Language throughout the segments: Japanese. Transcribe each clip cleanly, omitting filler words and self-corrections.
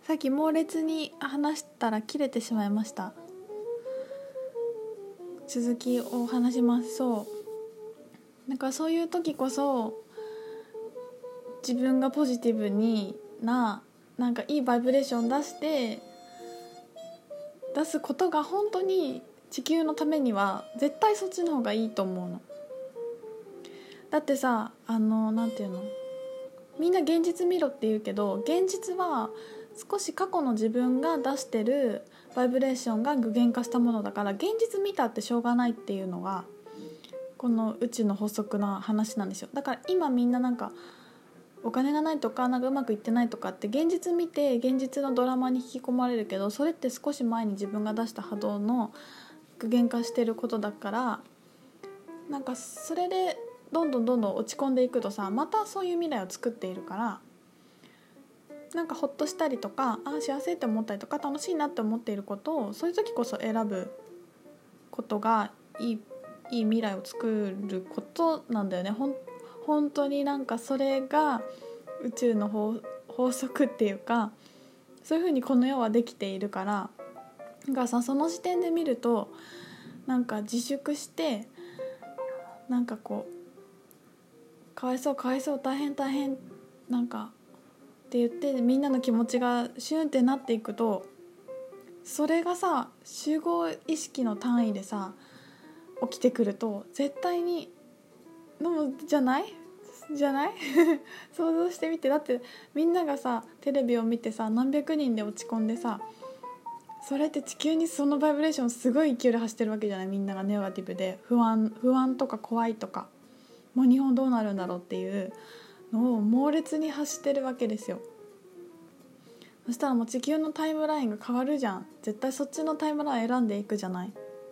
さっき猛烈に話したら切れてしまいました。続きを話します。なんかそういう時こそ自分がポジティブになんかいいバイブレーション出すことが本当に地球のためには絶対そっちの方がいいと思うの。だってさ、なんていうの、みんな現実見ろって言うけど、現実は少し過去の自分が出してるバイブレーションが具現化したものだから、現実見たってしょうがないっていうのがこの宇宙の法則な話なんですよ。だから今みんななんかお金がないとか、なんかうまくいってないとかって現実見て現実のドラマに引き込まれるけど、それって少し前に自分が出した波動の具現化してることだから、なんかそれでどんどん落ち込んでいくとさ、またそういう未来を作っているから、なんかほっとしたりとか、幸せって思ったりとか、楽しいなって思っていることをそういう時こそ選ぶことがいい未来を作ることなんだよね。本当になんかそれが宇宙の法則っていうか、そういう風にこの世はできているから、なんかさ、その視点で見るとなんか自粛して、なんかこうかわいそう大変なんかって言ってみんなの気持ちがシュンってなっていくと、それがさ集合意識の単位でさ起きてくると絶対にじゃない想像してみて。だってみんながさテレビを見てさ何百人で落ち込んでさ、それって地球にそのバイブレーションすごい勢いで走ってるわけじゃない。みんながネガティブで不安とか怖いとか、もう日本どうなるんだろうっていうのを猛烈に走ってるわけですよ。そしたらもう地球のタイムラインが変わるじゃん。絶対そっちのタイムライン選んでいくじゃない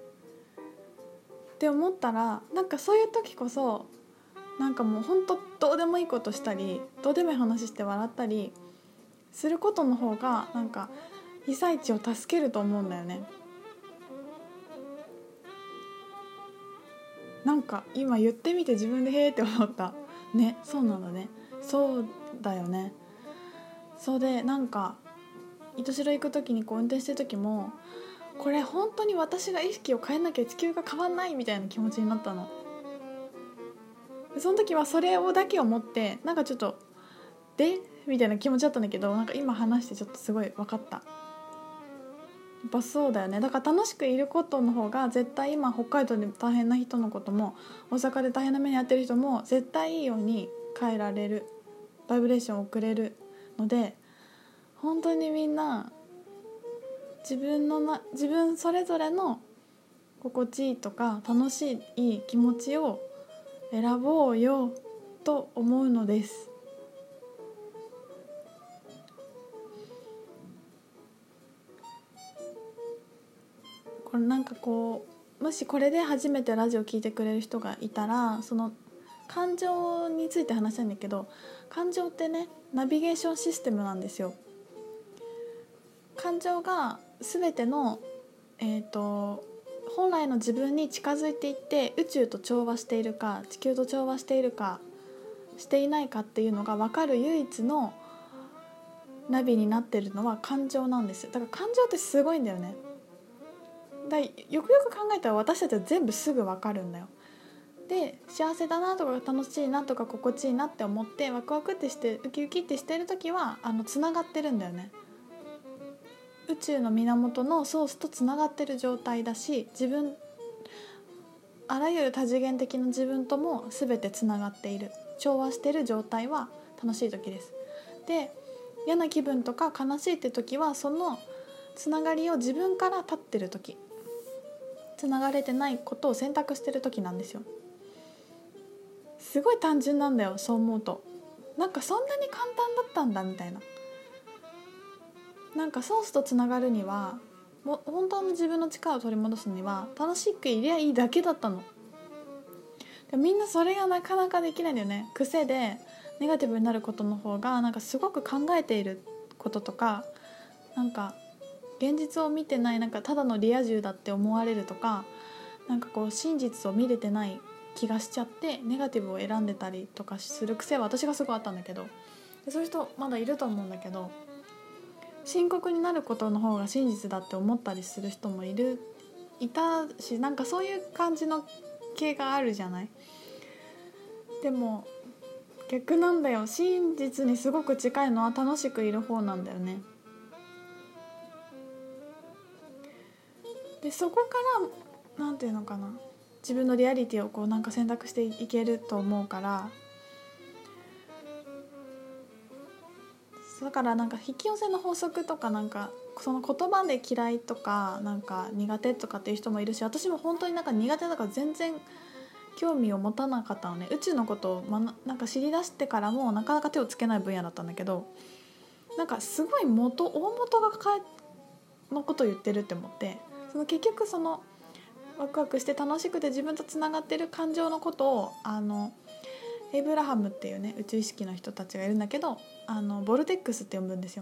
って思ったら、なんかそういう時こそなんかもう本当どうでもいいことしたり、どうでもいい話して笑ったりすることの方がなんか被災地を助けると思うんだよね。なんか今言ってみて自分でへーって思ったね。そうなんだね。そうだよね。そうで、なんか糸代行く時にこう運転してる時も、これ本当に私が意識を変えなきゃ地球が変わんないみたいな気持ちになったの。その時はそれをだけ思って、なんかちょっとみたいな気持ちだったんだけど、なんか今話してちょっとすごい分かった。やっぱそうだよね。だから楽しくいることの方が絶対、今北海道で大変な人のことも大阪で大変な目に遭ってる人も絶対いいように変えられる、バイブレーションを送れるので、本当にみんな自分それぞれの心地いいとか楽しい気持ちを選ぼうよと思うのです。これなんかこう、もしこれで初めてラジオ聞いてくれる人がいたら、その感情について話したいんだけど、感情ってね、ナビゲーションシステムなんですよ。感情が全ての本来の自分に近づいていって、宇宙と調和しているか地球と調和しているかしていないかっていうのが分かる唯一のナビになってるのは感情なんです。だから感情ってすごいんだよね。よくよく考えたら私たちは全部すぐ分かるんだよ。で、幸せだなとか楽しいなとか心地いいなって思ってワクワクってしてウキウキってしてる時はつながってるんだよね。宇宙の源のソースとつながってる状態だし、あらゆる多次元的な自分とも全てつながっている、調和している状態は楽しい時です。で、嫌な気分とか悲しいって時はそのつながりを自分から立ってる時、つながれてないことを選択してる時なんですよ。すごい単純なんだよ、そう思うと。なんかそんなに簡単だったんだみたいな。なんかソースとつながるには、もう本当の自分の力を取り戻すには楽しくいりゃいいだけだったの。でみんなそれがなかなかできないんだよね。癖でネガティブになることの方が、なんかすごく考えていることとか、なんか現実を見てない、なんかただのリア充だって思われるとか、なんかこう真実を見れてない気がしちゃってネガティブを選んでたりとかする癖は私がすごいあったんだけど、そういう人まだいると思うんだけど、 深刻になることの方が真実だって思ったりする人もいたし、なんかそういう感じの系があるじゃない。でも逆なんだよ。真実にすごく近いのは楽しくいる方なんだよね。でそこからなんていうのかな、自分のリアリティをこうなんか選択していけると思うから、だからなんか引き寄せの法則とか、なんかその言葉で嫌いとかなんか苦手とかっていう人もいるし、私も本当になんか苦手だから全然興味を持たなかったのね。宇宙のことを、なんか知り出してからもなかなか手をつけない分野だったんだけど、なんかすごい大元がのことを言ってるって思って、その結局そのワクワクして楽しくて自分とつながってる感情のことをエイブラハムっていうね宇宙意識の人たちがいるんだけど、ボルテックスって呼ぶんですよ。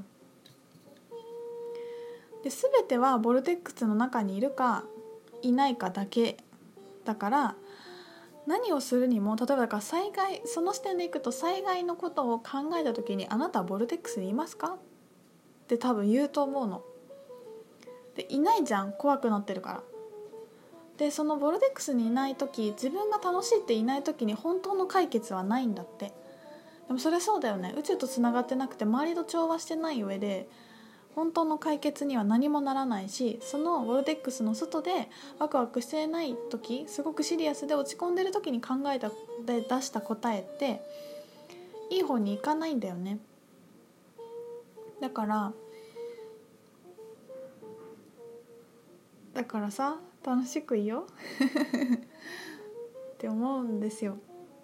で全てはボルテックスの中にいるかいないかだけだから、何をするにも例えばだから災害、その視点でいくと災害のことを考えた時に、あなたはボルテックスにいますかって多分言うと思うの。でいないじゃん、怖くなってるから。でそのボルテックスにいない時、自分が楽しいっていない時に本当の解決はないんだって。でもそれそうだよね。宇宙とつながってなくて周りと調和してない上で本当の解決には何もならないし、そのボルテックスの外でワクワクしてない時、すごくシリアスで落ち込んでる時に考えたで出した答えっていい方にいかないんだよね。だからさ、楽しくいいよって思うんですよ。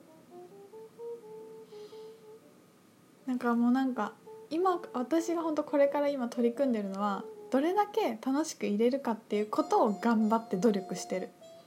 なんかもうなんか今私が本当これから今取り組んでるのは、どれだけ楽しく入れるかっていうことを頑張って努力してる。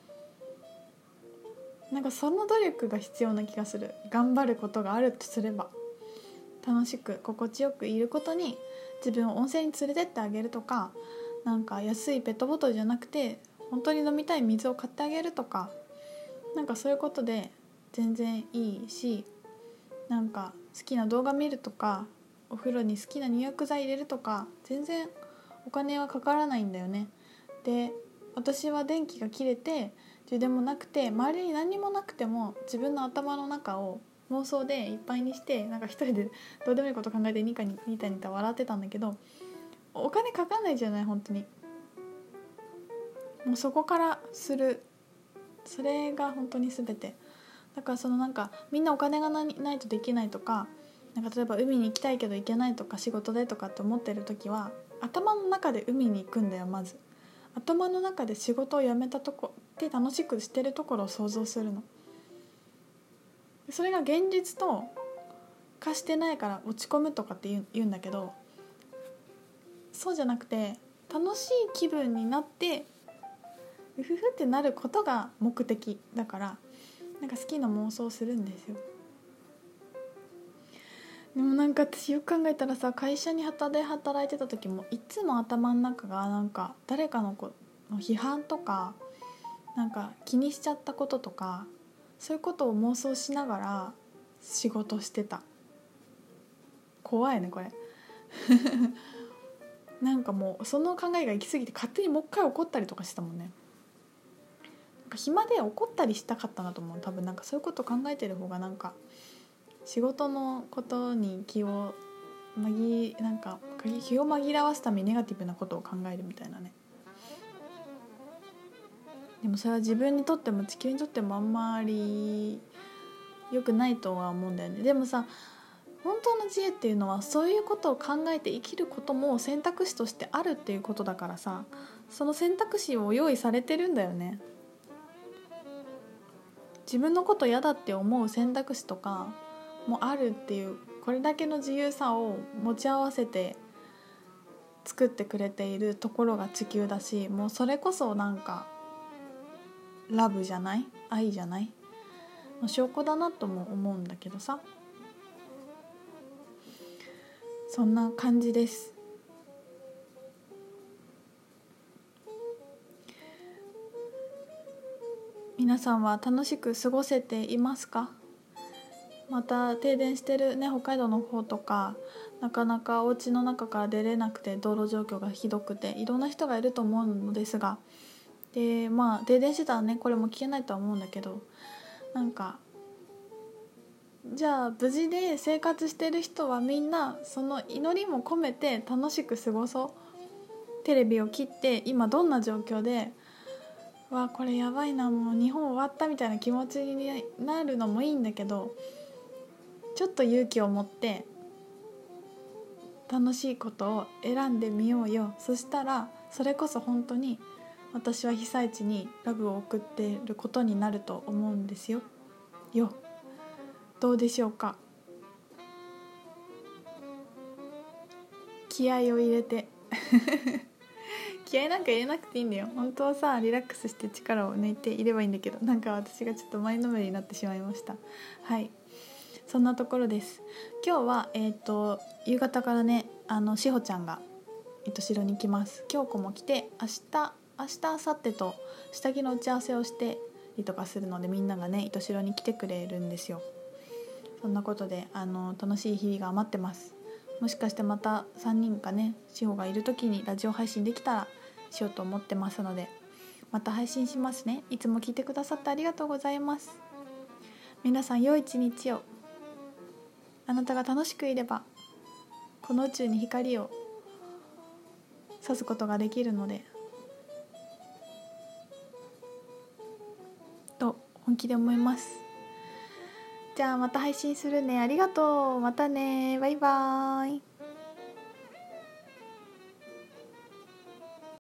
なんかその努力が必要な気がする。頑張ることがあるとすれば、楽しく心地よくいることに自分を温泉に連れてってあげるとか、なんか安いペットボトルじゃなくて本当に飲みたい水を買ってあげるとか、なんかそういうことで全然いいし、なんか好きな動画見るとか、お風呂に好きな入浴剤入れるとか、全然お金はかからないんだよね。で私は電気が切れて充電もなくて、周りに何もなくても自分の頭の中を妄想でいっぱいにして、なんか一人でどうでもいいこと考えてニタニタ笑ってたんだけど、お金かかんないじゃない本当に。もうそこからする、それが本当に全てだから。そのなんかみんなお金がないとできないとか、なんか例えば海に行きたいけど行けないとか仕事でとかって思ってる時は、頭の中で海に行くんだよ。まず頭の中で仕事を辞めたとこで楽しくしてるところを想像するの。それが現実と化してないから落ち込むとかって言うんだけど、そうじゃなくて楽しい気分になってうふふってなることが目的だから、なんか好きな妄想するんですよ。でもなんか私よく考えたらさ、会社に働いてた時もいつも頭の中がなんか誰かの批判とか、なんか気にしちゃったこととか、そういうことを妄想しながら仕事してた。怖いねこれなんかもうその考えが行き過ぎて勝手にもう一回怒ったりとかしたもんね。なんか暇で怒ったりしたかったなと思う。多分なんかそういうこと考えてる方がなんか仕事のことに気を紛らわすためにネガティブなことを考えるみたいなね。でもそれは自分にとっても地球にとってもあんまり良くないとは思うんだよね。でもさ、本当の自由っていうのはそういうことを考えて生きることも選択肢としてあるっていうことだからさ、その選択肢を用意されてるんだよね。自分のこと嫌だって思う選択肢とかもあるっていう、これだけの自由さを持ち合わせて作ってくれているところが地球だし、もうそれこそなんかラブじゃない、愛じゃないの証拠だなとも思うんだけどさ。そんな感じです。皆さんは楽しく過ごせていますか？ また停電してるね、北海道の方とかなかなかお家の中から出れなくて道路状況がひどくていろんな人がいると思うのですが、でまあ停電してたらねこれも聞けないとは思うんだけど、なんかじゃあ無事で生活してる人はみんなその祈りも込めて楽しく過ごそう。テレビを切って今どんな状況でわこれやばいなもう日本終わったみたいな気持ちになるのもいいんだけど、ちょっと勇気を持って楽しいことを選んでみようよ。そしたらそれこそ本当に私は被災地にラブを送っていることになると思うんですよ。どうでしょうか。気合を入れて気合なんか入れなくていいんだよ。本当はさリラックスして力を抜いていればいいんだけど、なんか私がちょっと前のめりになってしまいました。はい、そんなところです。今日は夕方からねしほちゃんが糸代に来ます。京子も来て明日明後日と下着の打ち合わせをしてりとかするので、みんながね糸代に来てくれるんですよ。そんなことで楽しい日々が待ってます。もしかしてまた3人かねしほがいる時にラジオ配信できたらしようと思ってますので、また配信しますね。いつも聞いてくださってありがとうございます。皆さん良い一日を。あなたが楽しくいればこの宇宙に光を差すことができるのでと本気で思います。じゃあまた配信するね。ありがとう。またね。バイバーイ。